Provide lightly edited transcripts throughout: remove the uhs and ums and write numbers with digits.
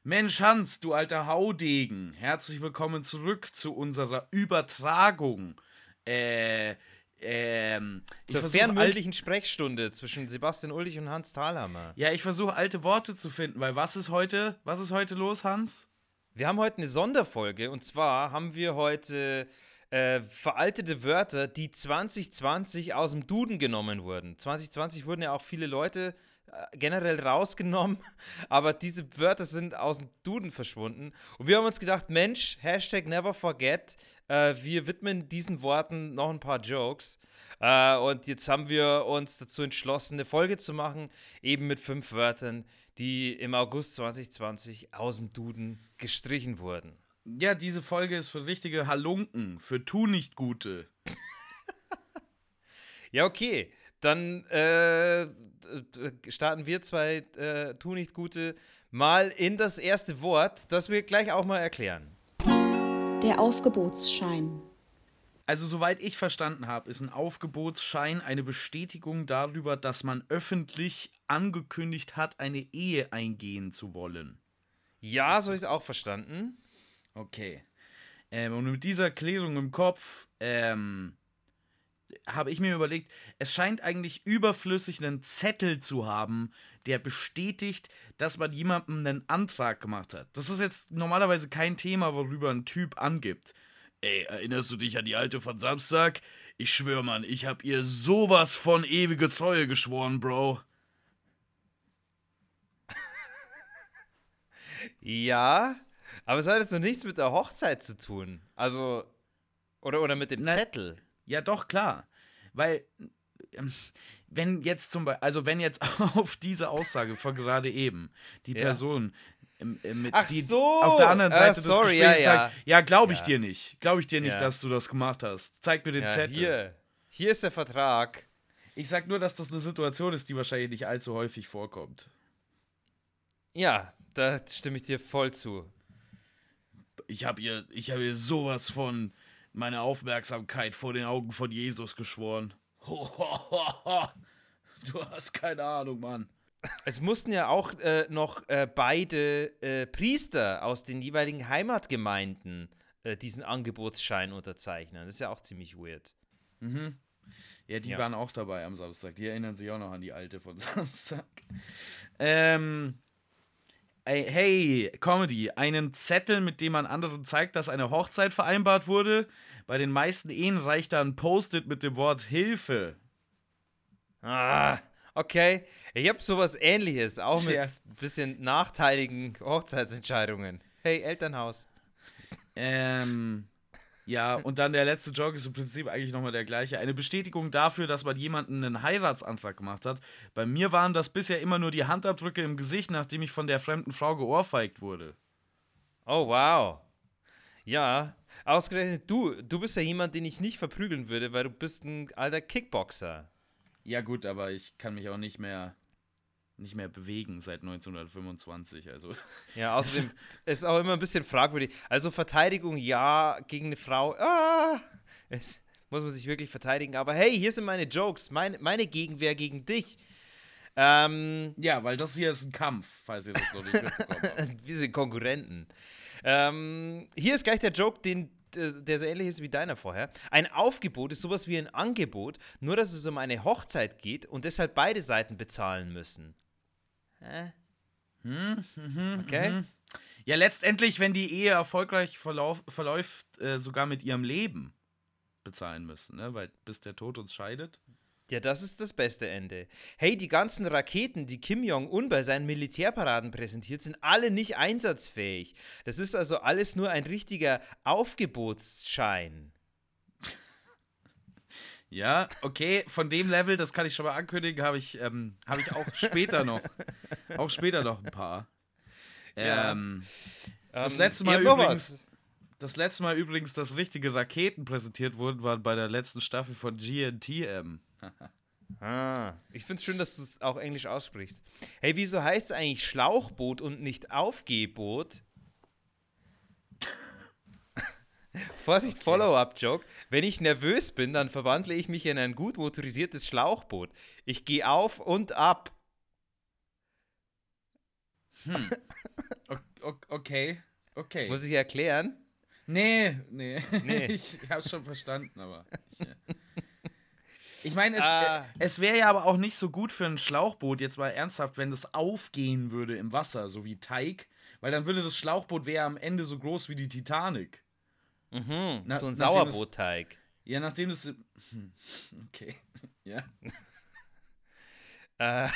Mensch Hans, du alter Haudegen, herzlich willkommen zurück zu unserer Übertragung. Ich Zur versuche fernmündlichen Sprechstunde zwischen Sebastian Ulrich und Hans Thalhammer. ich versuche alte Worte zu finden, weil was ist heute los, Hans? Wir haben heute eine Sonderfolge und zwar haben wir heute veraltete Wörter, die 2020 aus dem Duden genommen wurden. 2020 wurden ja auch viele Leute generell rausgenommen, aber diese Wörter sind aus dem Duden verschwunden. Und wir haben uns gedacht, Mensch, Hashtag never forget, wir widmen diesen Worten noch ein paar Jokes. Und jetzt haben wir uns dazu entschlossen, eine Folge zu machen, eben mit 5 Wörtern, die im August 2020 aus dem Duden gestrichen wurden. Ja, diese Folge ist für richtige Halunken, für Tu-nicht-Gute. Ja, okay. Dann starten wir zwei Tu-nicht-Gute mal in das erste Wort, das wir gleich auch mal erklären. Der Aufgebotsschein. Also, soweit ich verstanden habe, ist ein Aufgebotsschein eine Bestätigung darüber, dass man öffentlich angekündigt hat, eine Ehe eingehen zu wollen. Ja, so habe ich es auch verstanden. Okay. Und mit dieser Klärung im Kopf habe ich mir überlegt, es scheint eigentlich überflüssig, einen Zettel zu haben, der bestätigt, dass man jemandem einen Antrag gemacht hat. Das ist jetzt normalerweise kein Thema, worüber ein Typ angibt. Ey, erinnerst du dich an die Alte von Samstag? Ich schwör, Mann, ich hab ihr sowas von ewige Treue geschworen, Bro. Ja, aber es hat jetzt noch nichts mit der Hochzeit zu tun. Also, oder mit dem Zettel. Ja, doch, klar. Weil, wenn jetzt wenn jetzt auf diese Aussage von gerade eben die Person auf der anderen Seite des Gesprächs sagt, ja, glaube ich dir nicht. Glaube ich dir nicht, dass du das gemacht hast. Zeig mir den Zettel. Hier ist der Vertrag. Ich sag nur, dass das eine Situation ist, die wahrscheinlich nicht allzu häufig vorkommt. Ja, da stimme ich dir voll zu. Ich hab ihr sowas von meine Aufmerksamkeit vor den Augen von Jesus geschworen. Du hast keine Ahnung, Mann. Es mussten ja auch noch beide Priester aus den jeweiligen Heimatgemeinden diesen Angebotsschein unterzeichnen. Das ist ja auch ziemlich weird. Mhm. Ja, die waren auch dabei am Samstag. Die erinnern sich auch noch an die Alte von Samstag. Hey, Comedy, einen Zettel, mit dem man anderen zeigt, dass eine Hochzeit vereinbart wurde. Bei den meisten Ehen reicht da ein Post-it mit dem Wort Hilfe. Ah, okay. Ich habe sowas Ähnliches, auch mit ein bisschen nachteiligen Hochzeitsentscheidungen. Hey, Elternhaus. Ja, und dann der letzte Joke ist im Prinzip eigentlich nochmal der gleiche. Eine Bestätigung dafür, dass man jemanden einen Heiratsantrag gemacht hat. Bei mir waren das bisher immer nur die Handabdrücke im Gesicht, nachdem ich von der fremden Frau geohrfeigt wurde. Oh, wow. Ja, ausgerechnet du bist ja jemand, den ich nicht verprügeln würde, weil du bist ein alter Kickboxer. Ja gut, aber ich kann mich auch nicht mehr bewegen seit 1925, also. Ja, außerdem ist auch immer ein bisschen fragwürdig. Also Verteidigung, ja, gegen eine Frau, es muss man sich wirklich verteidigen. Aber hey, hier sind meine Jokes, meine Gegenwehr gegen dich. Ja, weil das hier ist ein Kampf, falls ihr das noch nicht mitbekommen habt. Wir sind Konkurrenten. Hier ist gleich der Joke, der so ähnlich ist wie deiner vorher. Ein Aufgebot ist sowas wie ein Angebot, nur dass es um eine Hochzeit geht und deshalb beide Seiten bezahlen müssen. Hä? Okay. Ja, letztendlich, wenn die Ehe erfolgreich verläuft, sogar mit ihrem Leben bezahlen müssen, ne? Weil bis der Tod uns scheidet. Ja, das ist das beste Ende. Hey, die ganzen Raketen, die Kim Jong-un bei seinen Militärparaden präsentiert, sind alle nicht einsatzfähig. Das ist also alles nur ein richtiger Aufgebotsschein. Ja, okay, von dem Level, das kann ich schon mal ankündigen, habe ich auch später noch ein paar. Das letzte Mal übrigens, dass richtige Raketen präsentiert wurden, waren bei der letzten Staffel von GNTM. Ich find's schön, dass du es auch Englisch aussprichst. Hey, wieso heißt es eigentlich Schlauchboot und nicht Aufgehboot? Vorsicht, okay. Follow-up-Joke. Wenn ich nervös bin, dann verwandle ich mich in ein gut motorisiertes Schlauchboot. Ich gehe auf und ab. Okay. Okay. Muss ich erklären? Nee. Nee. Ich hab's schon verstanden, aber. Ich meine, Ah. es wäre ja aber auch nicht so gut für ein Schlauchboot, jetzt mal ernsthaft, wenn das aufgehen würde im Wasser, so wie Teig, weil dann würde das Schlauchboot wäre am Ende so groß wie die Titanic. So ein nachdem Sauerbrotteig. Ja, nachdem das. Okay. Ja. Äh.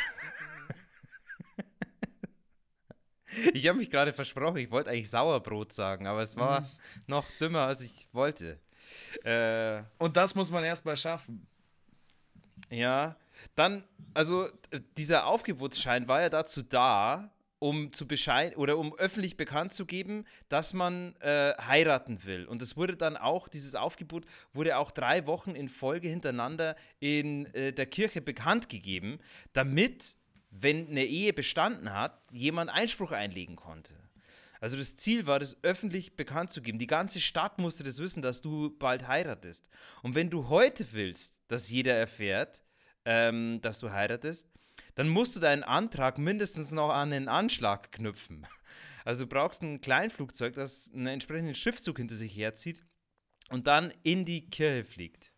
Ich habe mich gerade versprochen, ich wollte eigentlich Sauerbrot sagen, aber es war noch dümmer, als ich wollte. Und das muss man erst mal schaffen. Ja, dann, also dieser Aufgebotsschein war ja dazu da, um um öffentlich bekannt zu geben, dass man heiraten will. Und es wurde dann auch, dieses Aufgebot wurde auch 3 Wochen in Folge hintereinander in der Kirche bekannt gegeben, damit, wenn eine Ehe bestanden hat, jemand Einspruch einlegen konnte. Also das Ziel war, das öffentlich bekannt zu geben. Die ganze Stadt musste das wissen, dass du bald heiratest. Und wenn du heute willst, dass jeder erfährt, dass du heiratest, dann musst du deinen Antrag mindestens noch an den Anschlag knüpfen. Also du brauchst ein Kleinflugzeug, das einen entsprechenden Schriftzug hinter sich herzieht und dann in die Kirche fliegt.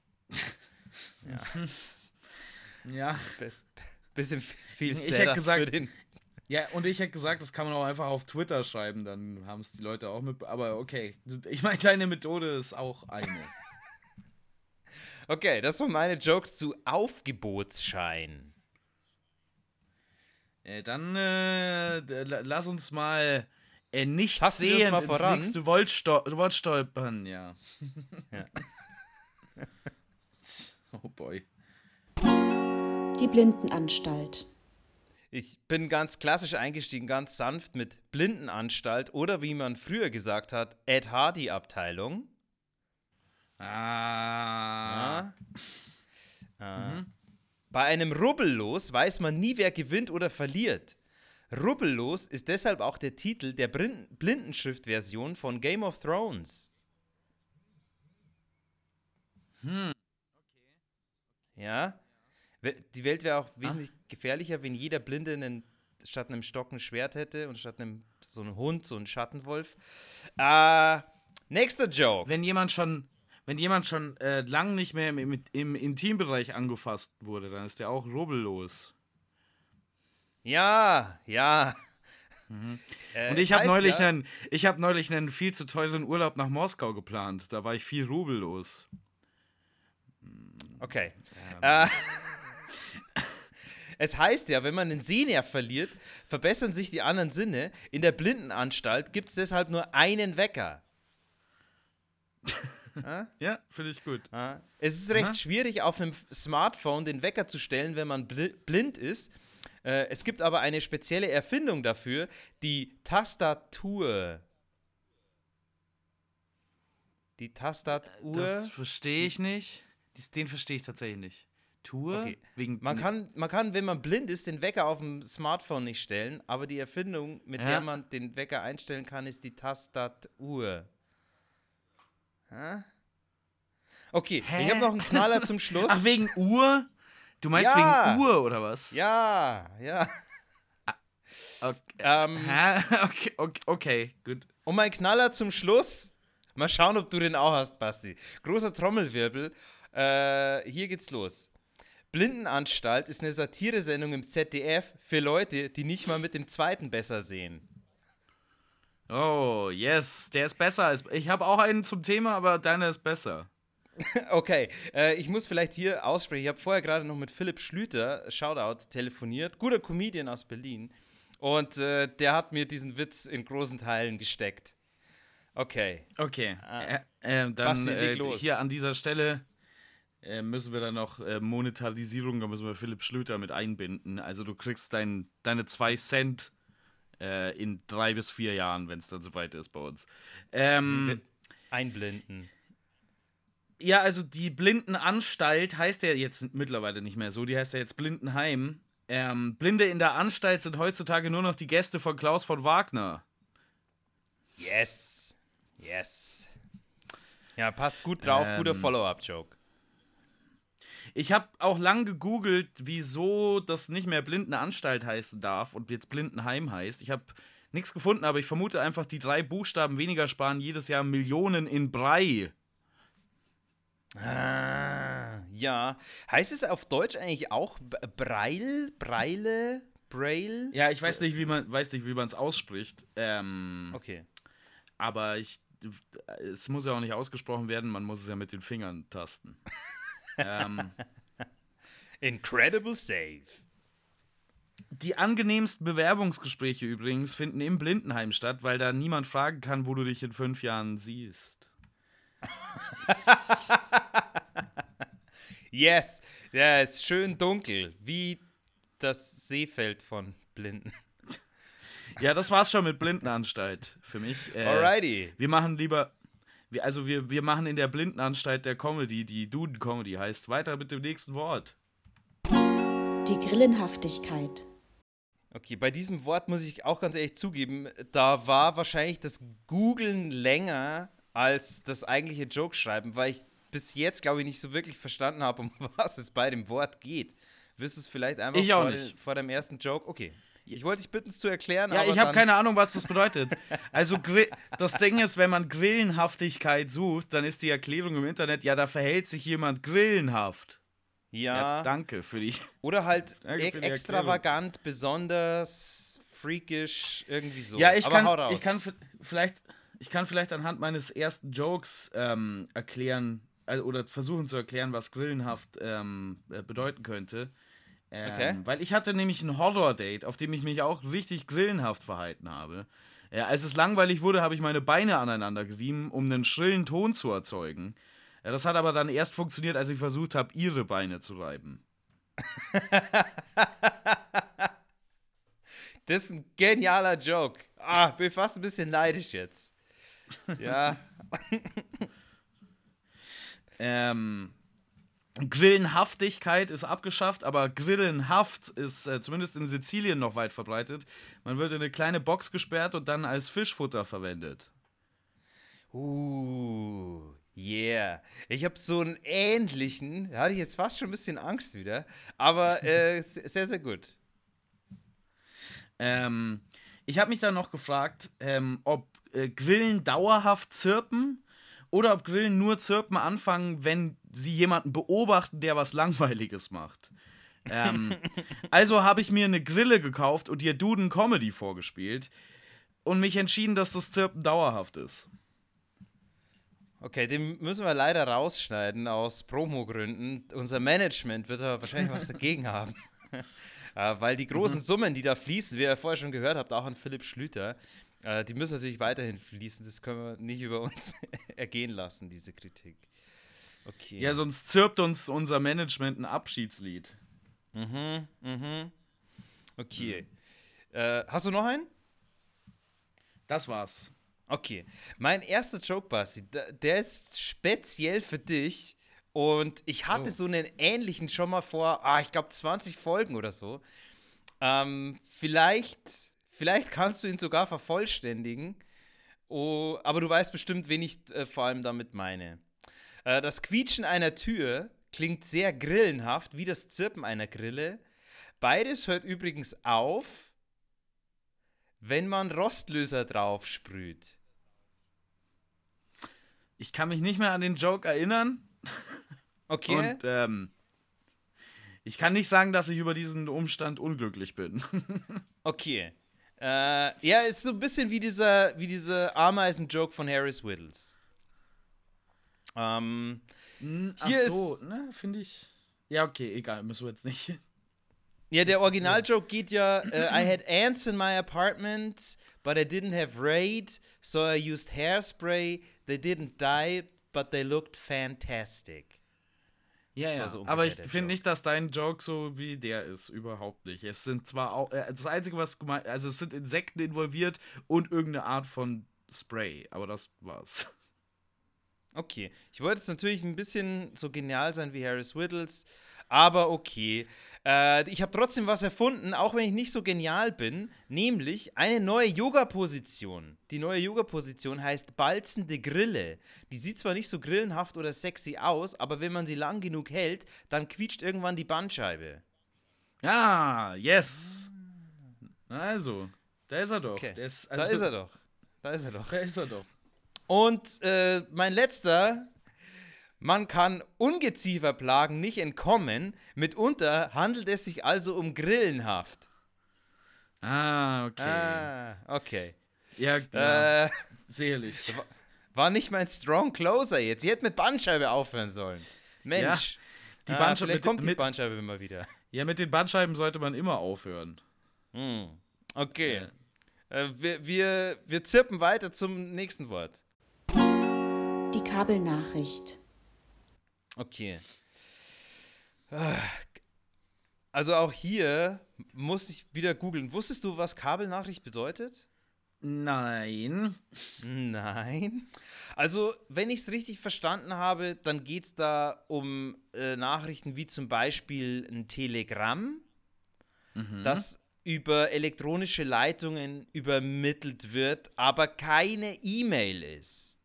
Ja. Bisschen viel Ich hätte Setup gesagt, für den. Ja, und ich hätte gesagt, das kann man auch einfach auf Twitter schreiben, dann haben es die Leute auch mit. Aber okay, ich meine, deine Methode ist auch eine. Okay, das waren meine Jokes zu Aufgebotsschein. Dann lass uns mal nicht Tasten wir uns sehen mal ins voran. nächste Wort stolpern, ja. Ja. Oh boy. Die Blindenanstalt. Ich bin ganz klassisch eingestiegen, ganz sanft mit Blindenanstalt oder wie man früher gesagt hat, Ed Hardy-Abteilung. Ah. Bei einem Rubbellos weiß man nie, wer gewinnt oder verliert. Rubbellos ist deshalb auch der Titel der Blindenschrift-Version von Game of Thrones. Ja. Die Welt wäre auch wesentlich gefährlicher, wenn jeder Blinde statt einem Stock ein Schwert hätte und statt einem so einen Hund so einen Schattenwolf. Nächster Joke. Wenn jemand schon lang nicht mehr im Intimbereich angefasst wurde, dann ist der auch rubbellos. Ja. Und ich habe neulich einen viel zu teuren Urlaub nach Moskau geplant. Da war ich viel rubellos. Okay. Es heißt ja, wenn man den Sehnerv verliert, verbessern sich die anderen Sinne. In der Blindenanstalt gibt es deshalb nur einen Wecker. Ja, finde ich gut. Es ist recht schwierig, auf einem Smartphone den Wecker zu stellen, wenn man blind ist. Es gibt aber eine spezielle Erfindung dafür, die Tastatur. Die Tastatur. Das verstehe ich nicht. Den verstehe ich tatsächlich nicht. Okay. Man kann, wenn man blind ist, den Wecker auf dem Smartphone nicht stellen, aber die Erfindung, mit der man den Wecker einstellen kann, ist die Tastatur. Okay, ich habe noch einen Knaller zum Schluss. Ach, wegen Uhr? Du meinst wegen Uhr oder was? Ja. Okay, gut. Und mein Knaller zum Schluss, mal schauen, ob du den auch hast, Basti. Großer Trommelwirbel. Hier geht's los. Blindenanstalt ist eine Satiresendung im ZDF für Leute, die nicht mal mit dem zweiten besser sehen. Oh, yes, der ist besser als. Ich habe auch einen zum Thema, aber deiner ist besser. Okay, ich muss vielleicht hier aussprechen. Ich habe vorher gerade noch mit Philipp Schlüter, Shoutout, telefoniert. Guter Comedian aus Berlin. Und der hat mir diesen Witz in großen Teilen gesteckt. Okay. Okay. Dann Basti, leg los. Hier an dieser Stelle müssen wir dann noch Monetarisierung, da müssen wir Philipp Schlüter mit einbinden. Also du kriegst deine 2 Cent in 3 bis 4 Jahren, wenn es dann soweit ist bei uns. Einblenden. Ja, also die Blindenanstalt heißt ja jetzt mittlerweile nicht mehr so, die heißt ja jetzt Blindenheim. Blinde in der Anstalt sind heutzutage nur noch die Gäste von Klaus von Wagner. Yes. Ja, passt gut drauf, guter Follow-up-Joke. Ich habe auch lang gegoogelt, wieso das nicht mehr Blindenanstalt heißen darf und jetzt Blindenheim heißt. Ich habe nichts gefunden, aber ich vermute einfach, die 3 Buchstaben weniger sparen jedes Jahr Millionen in Brei. Ja. Heißt es auf Deutsch eigentlich auch Breil? Breile? Braille? Ja, ich weiß nicht, wie man es ausspricht. Okay. Aber es muss ja auch nicht ausgesprochen werden, man muss es ja mit den Fingern tasten. Incredible Save. Die angenehmsten Bewerbungsgespräche übrigens finden im Blindenheim statt, weil da niemand fragen kann, wo du dich in 5 Jahren siehst. Yes, ja, ist schön dunkel, wie das Seefeld von Blinden. Ja, das war's schon mit Blindenanstalt für mich. Alrighty. Wir machen lieber, wir machen in der Blindenanstalt der Comedy, die Duden-Comedy heißt, weiter mit dem nächsten Wort. Die Grillenhaftigkeit. Okay, bei diesem Wort muss ich auch ganz ehrlich zugeben, da war wahrscheinlich das Googlen länger als das eigentliche Joke-Schreiben, weil ich bis jetzt, glaube ich, nicht so wirklich verstanden habe, um was es bei dem Wort geht. Wirst du es vielleicht einfach Ich auch nicht. vor deinem ersten Joke? Okay. Ich wollte dich bitten, es zu erklären. Ja, aber ich habe dann- keine Ahnung, was das bedeutet. Also das Ding ist, wenn man Grillenhaftigkeit sucht, dann ist die Erklärung im Internet, ja, da verhält sich jemand grillenhaft. Ja, danke für die. Oder halt Danke für die extravagant, besonders, freakish, irgendwie so. Ja, ich Aber hau raus. kann vielleicht anhand meines ersten Jokes erklären, oder versuchen zu erklären, was grillenhaft bedeuten könnte. Okay. Weil ich hatte nämlich ein Horror-Date, auf dem ich mich auch richtig grillenhaft verhalten habe. Als es langweilig wurde, habe ich meine Beine aneinander gerieben, um einen schrillen Ton zu erzeugen. Das hat aber dann erst funktioniert, als ich versucht habe, ihre Beine zu reiben. Das ist ein genialer Joke. Bin fast ein bisschen neidisch jetzt. Ja. Grillenhaftigkeit ist abgeschafft, aber Grillenhaft ist zumindest in Sizilien noch weit verbreitet. Man wird in eine kleine Box gesperrt und dann als Fischfutter verwendet. Yeah. Ich habe so einen ähnlichen, da hatte ich jetzt fast schon ein bisschen Angst wieder, aber sehr, sehr gut. Ich habe mich dann noch gefragt, ob Grillen dauerhaft zirpen oder ob Grillen nur zirpen anfangen, wenn sie jemanden beobachten, der was Langweiliges macht. Also habe ich mir eine Grille gekauft und ihr Duden Comedy vorgespielt und mich entschieden, dass das Zirpen dauerhaft ist. Okay, den müssen wir leider rausschneiden aus Promo-Gründen. Unser Management wird da wahrscheinlich was dagegen haben. Weil die großen Summen, die da fließen, wie ihr vorher schon gehört habt, auch an Philipp Schlüter, die müssen natürlich weiterhin fließen. Das können wir nicht über uns ergehen lassen, diese Kritik. Okay. Ja, sonst zirpt uns unser Management ein Abschiedslied. Okay. Hast du noch einen? Das war's. Okay. Mein erster Joke, Basti, der ist speziell für dich. Und ich hatte so einen ähnlichen schon mal vor, ich glaube 20 Folgen oder so. Vielleicht kannst du ihn sogar vervollständigen. Aber du weißt bestimmt, wen ich vor allem damit meine. Das Quietschen einer Tür klingt sehr grillenhaft, wie das Zirpen einer Grille. Beides hört übrigens auf, wenn man Rostlöser drauf sprüht. Ich kann mich nicht mehr an den Joke erinnern. Okay. Und ich kann nicht sagen, dass ich über diesen Umstand unglücklich bin. Okay. Ja, ist so ein bisschen wie dieser Ameisen-Joke von Harris Whittles. Ach Hier so, ist- ne, finde ich. Ja, okay, egal, müssen wir jetzt nicht. Ja, der Original-Joke geht ja, I had ants in my apartment, but I didn't have raid, so I used hairspray. They didn't die, but they looked fantastic. Ja, Das ja. war so ungefähr Aber ich der finde Joke. nicht, dass dein Joke so wie der ist. Überhaupt nicht. Es sind zwar auch. Das Einzige, was gemeint. Also, es sind Insekten involviert und irgendeine Art von Spray. Aber das war's. Okay, ich wollte jetzt natürlich ein bisschen so genial sein wie Harris Whittles, aber okay. Ich habe trotzdem was erfunden, auch wenn ich nicht so genial bin, nämlich eine neue Yoga-Position. Die neue Yoga-Position heißt balzende Grille. Die sieht zwar nicht so grillenhaft oder sexy aus, aber wenn man sie lang genug hält, dann quietscht irgendwann die Bandscheibe. Ah, yes. Also, da ist er doch. Okay. Da ist er doch. Da ist er doch. Und mein letzter: Man kann Ungezieferplagen nicht entkommen. Mitunter handelt es sich also um Grillenhaft. Okay. Okay. Ja, sicherlich. War nicht mein Strong Closer jetzt. Ich hätte mit Bandscheibe aufhören sollen. Mensch. Die Bandscheibe, vielleicht kommt die Bandscheibe immer wieder. Ja, mit den Bandscheiben sollte man immer aufhören. Okay. Wir zirpen weiter zum nächsten Wort. Die Kabelnachricht. Okay. Also auch hier muss ich wieder googeln. Wusstest du, was Kabelnachricht bedeutet? Nein. Nein. Also, wenn ich es richtig verstanden habe, dann geht es da um Nachrichten wie zum Beispiel ein Telegramm, das über elektronische Leitungen übermittelt wird, aber keine E-Mail ist.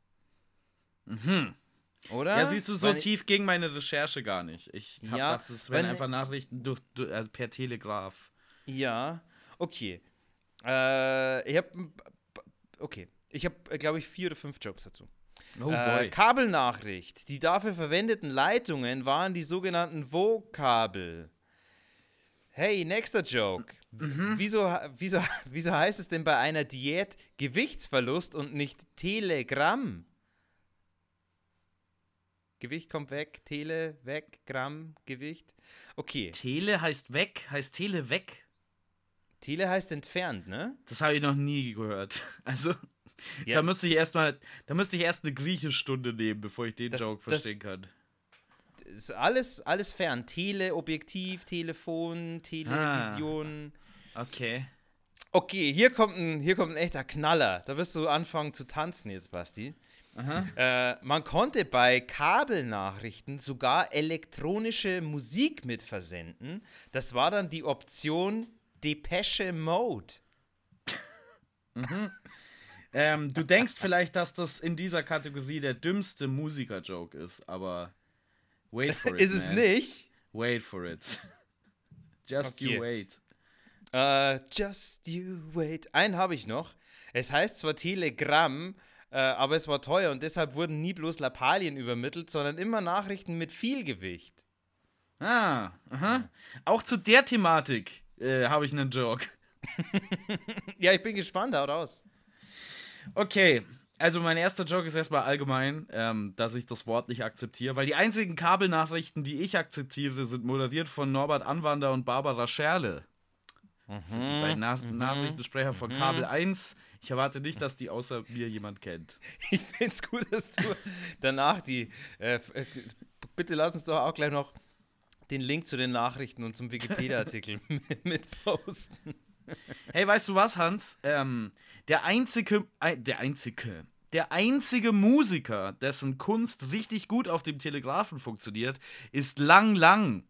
Oder? Ja, siehst du, so tief ging meine Recherche gar nicht. Ich hab Ja, gedacht, das wären einfach Nachrichten also per Telegraph. Ja, okay. Ich habe, glaube ich, 4 oder 5 Jokes dazu. Oh boy. Kabelnachricht. Die dafür verwendeten Leitungen waren die sogenannten Vokabel. Hey, nächster Joke. Wieso heißt es denn bei einer Diät Gewichtsverlust und nicht Telegramm? Gewicht kommt weg, Tele weg, Gramm, Gewicht. Okay. Tele heißt weg, heißt Tele weg? Tele heißt entfernt, ne? Das habe ich noch nie gehört. Also, Ja. da müsste ich erst eine Griechischstunde nehmen, bevor ich den Joke verstehen kann. Ist alles fern. Tele, Objektiv, Telefon, Television. Okay. Okay, hier kommt ein echter Knaller. Da wirst du anfangen zu tanzen jetzt, Basti. Man konnte bei Kabelnachrichten sogar elektronische Musik mit versenden. Das war dann die Option Depeche Mode. Du denkst vielleicht, dass das in dieser Kategorie der dümmste Musiker-Joke ist, aber wait for it, Ist es nicht? Wait for it. Just Okay. you wait. Just you wait. Einen habe ich noch. Es heißt zwar Telegramm, aber es war teuer und deshalb wurden nie bloß Lappalien übermittelt, sondern immer Nachrichten mit viel Gewicht. Auch zu der Thematik habe ich einen Joke. Ja, ich bin gespannt, haut raus. Okay, also mein erster Joke ist erstmal allgemein, dass ich das Wort nicht akzeptiere, weil die einzigen Kabelnachrichten, die ich akzeptiere, sind moderiert von Norbert Anwander und Barbara Scherle. Das sind die beiden Nachrichtensprecher von Kabel 1. Ich erwarte nicht, dass die außer mir jemand kennt. Ich finde es gut, dass du danach bitte lass uns doch auch gleich noch den Link zu den Nachrichten und zum Wikipedia-Artikel mit posten. Hey, weißt du was, Hans? Der einzige Musiker, dessen Kunst richtig gut auf dem Telegrafen funktioniert, ist Lang Lang.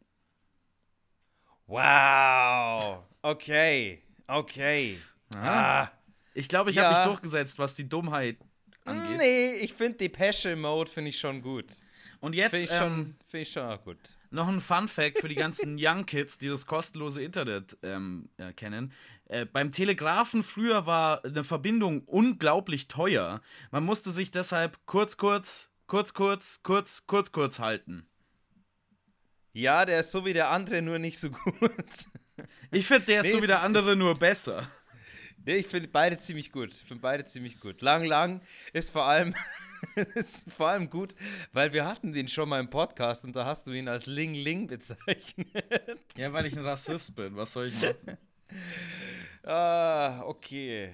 Wow. Okay. Ich glaube, ich habe mich durchgesetzt, was die Dummheit angeht. Nee, ich finde Depeche Mode finde ich schon gut. Und jetzt Finde ich schon auch gut. noch ein Fun-Fact für die ganzen Young Kids, die das kostenlose Internet kennen. Beim Telegrafen früher war eine Verbindung unglaublich teuer. Man musste sich deshalb kurz halten. Ja, der ist so wie der andere, nur nicht so gut. Ich finde, der ist so wie der andere, nur besser. Nee, ich finde beide ziemlich gut. Lang Lang ist vor allem gut, weil wir hatten den schon mal im Podcast und da hast du ihn als Ling Ling bezeichnet. Ja, weil ich ein Rassist bin. Was soll ich machen? Okay.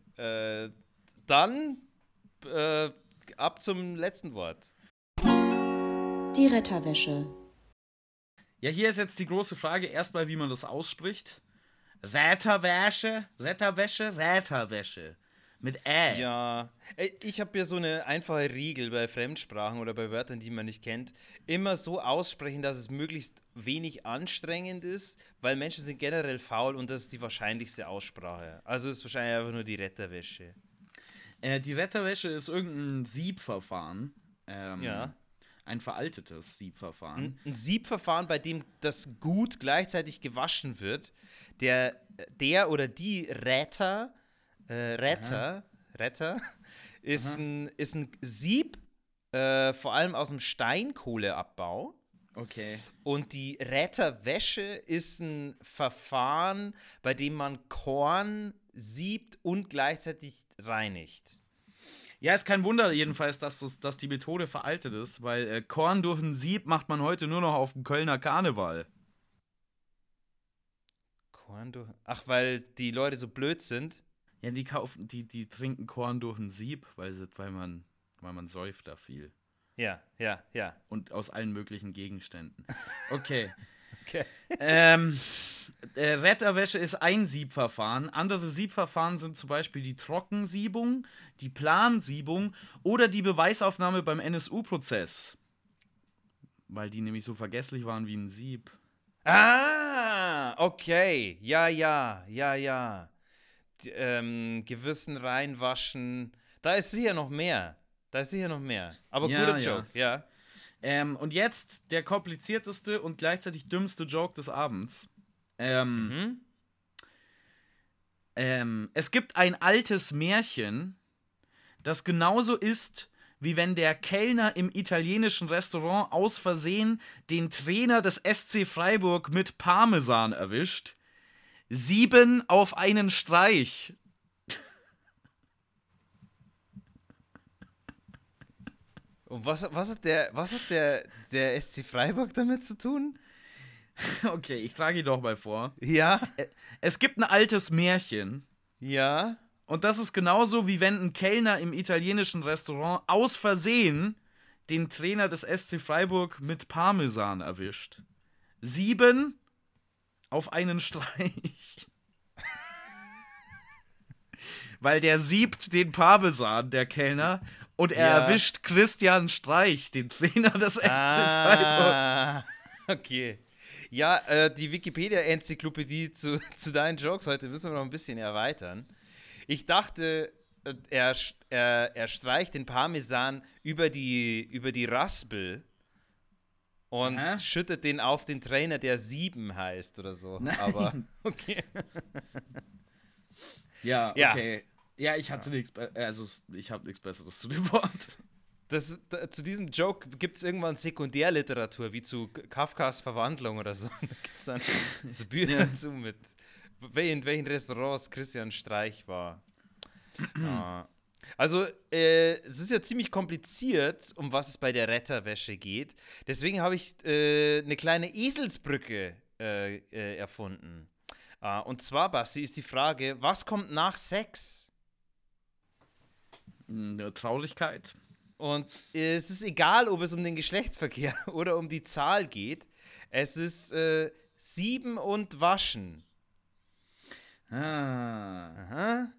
Dann ab zum letzten Wort. Die Retterwäsche. Ja, hier ist jetzt die große Frage. Erstmal, wie man das ausspricht. Retterwäsche. Mit Ja, ich habe ja so eine einfache Regel bei Fremdsprachen oder bei Wörtern, die man nicht kennt. Immer so aussprechen, dass es möglichst wenig anstrengend ist, weil Menschen sind generell faul und das ist die wahrscheinlichste Aussprache. Also ist wahrscheinlich einfach nur die Retterwäsche. Die Retterwäsche ist irgendein Siebverfahren. Ja. Ein veraltetes Siebverfahren. Ein Siebverfahren, bei dem das Gut gleichzeitig gewaschen wird. Der oder die Retter ist ein Sieb, vor allem aus dem Steinkohleabbau. Okay. Und die Räterwäsche ist ein Verfahren, bei dem man Korn siebt und gleichzeitig reinigt. Ja, ist kein Wunder jedenfalls, dass die Methode veraltet ist, weil Korn durch ein Sieb macht man heute nur noch auf dem Kölner Karneval. Ach, weil die Leute so blöd sind. Ja, die trinken Korn durch ein Sieb, weil man säuft da viel. Ja. Und aus allen möglichen Gegenständen. Okay. Okay. Retterwäsche ist ein Siebverfahren. Andere Siebverfahren sind zum Beispiel die Trockensiebung, die Plansiebung oder die Beweisaufnahme beim NSU-Prozess. Weil die nämlich so vergesslich waren wie ein Sieb. Ah, okay. Ja. Gewissen reinwaschen. Da ist sicher noch mehr. Aber Ja, guter Joke, ja. Und jetzt der komplizierteste und gleichzeitig dümmste Joke des Abends. Es gibt ein altes Märchen, das genauso ist, wie wenn der Kellner im italienischen Restaurant aus Versehen den Trainer des SC Freiburg mit Parmesan erwischt. 7 auf einen Streich. Und was hat der SC Freiburg damit zu tun? Okay, ich trage ihn doch mal vor. Ja. Es gibt ein altes Märchen. Ja. Und das ist genauso, wie wenn ein Kellner im italienischen Restaurant aus Versehen den Trainer des SC Freiburg mit Parmesan erwischt. 7 auf einen Streich. Weil der siebt den Parmesan, der Kellner, und er erwischt Christian Streich, den Trainer des SC Freiburg. Okay. Ja, die Wikipedia-Enzyklopädie zu deinen Jokes heute müssen wir noch ein bisschen erweitern. Ich dachte, er streicht den Parmesan über die Raspel und schüttet den auf den Trainer, der 7 heißt oder so. Nein. Aber okay. Ja, okay. Ja, ich hatte nichts, ich habe nichts Besseres zu dem Wort. Zu diesem Joke gibt es irgendwann Sekundärliteratur, wie zu Kafkas Verwandlung oder so. Da gibt es dann so Bücher dazu mit welchen Restaurants Christian Streich war. Also, es ist ja ziemlich kompliziert, um was es bei der Retterwäsche geht. Deswegen habe ich eine kleine Eselsbrücke erfunden. Und zwar, Basti, ist die Frage, was kommt nach Sex? Traurigkeit. Und es ist egal, ob es um den Geschlechtsverkehr oder um die Zahl geht. Es ist 7 und Waschen. Aha.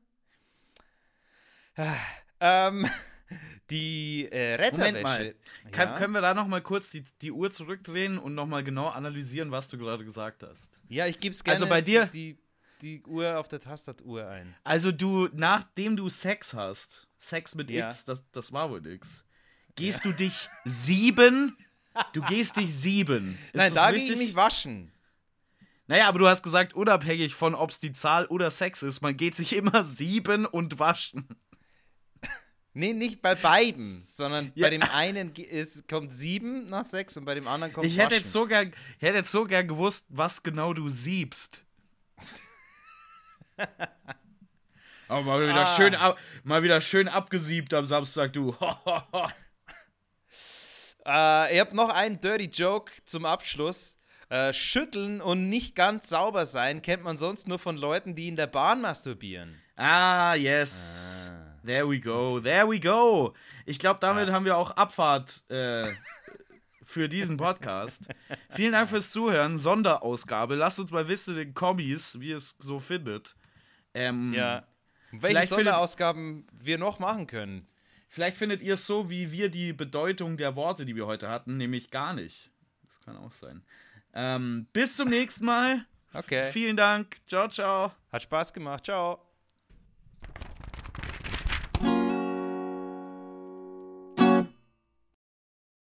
Die Retterwäsche. Moment mal. Können wir da noch mal kurz die Uhr zurückdrehen und noch mal genau analysieren, was du gerade gesagt hast? Ja, ich gebe es gerne also bei dir die Uhr auf der Tastatur ein. Also nachdem du Sex hast, Sex mit X, das war wohl nix, gehst du dich 7? Du gehst dich 7. Nein, da gehe ich mich waschen. Naja, aber du hast gesagt, unabhängig von, ob es die Zahl oder Sex ist, man geht sich immer 7 und waschen. Nee, nicht bei beiden, sondern bei dem einen kommt 7 nach 6 und bei dem anderen kommt Ich hätte jetzt so gern gewusst, was genau du siebst. Aber mal wieder schön abgesiebt am Samstag, du. Ich habe noch einen Dirty Joke zum Abschluss. Schütteln und nicht ganz sauber sein kennt man sonst nur von Leuten, die in der Bahn masturbieren. Ah, yes. There we go. Ich glaube, damit haben wir auch Abfahrt für diesen Podcast. Vielen Dank fürs Zuhören. Sonderausgabe. Lasst uns mal wissen in den Kommis, wie ihr es so findet. Welche Vielleicht Sonderausgaben wir noch machen können. Vielleicht findet ihr es so, wie wir die Bedeutung der Worte, die wir heute hatten, nämlich gar nicht. Das kann auch sein. Bis zum nächsten Mal. Okay. Vielen Dank. Ciao, ciao. Hat Spaß gemacht. Ciao.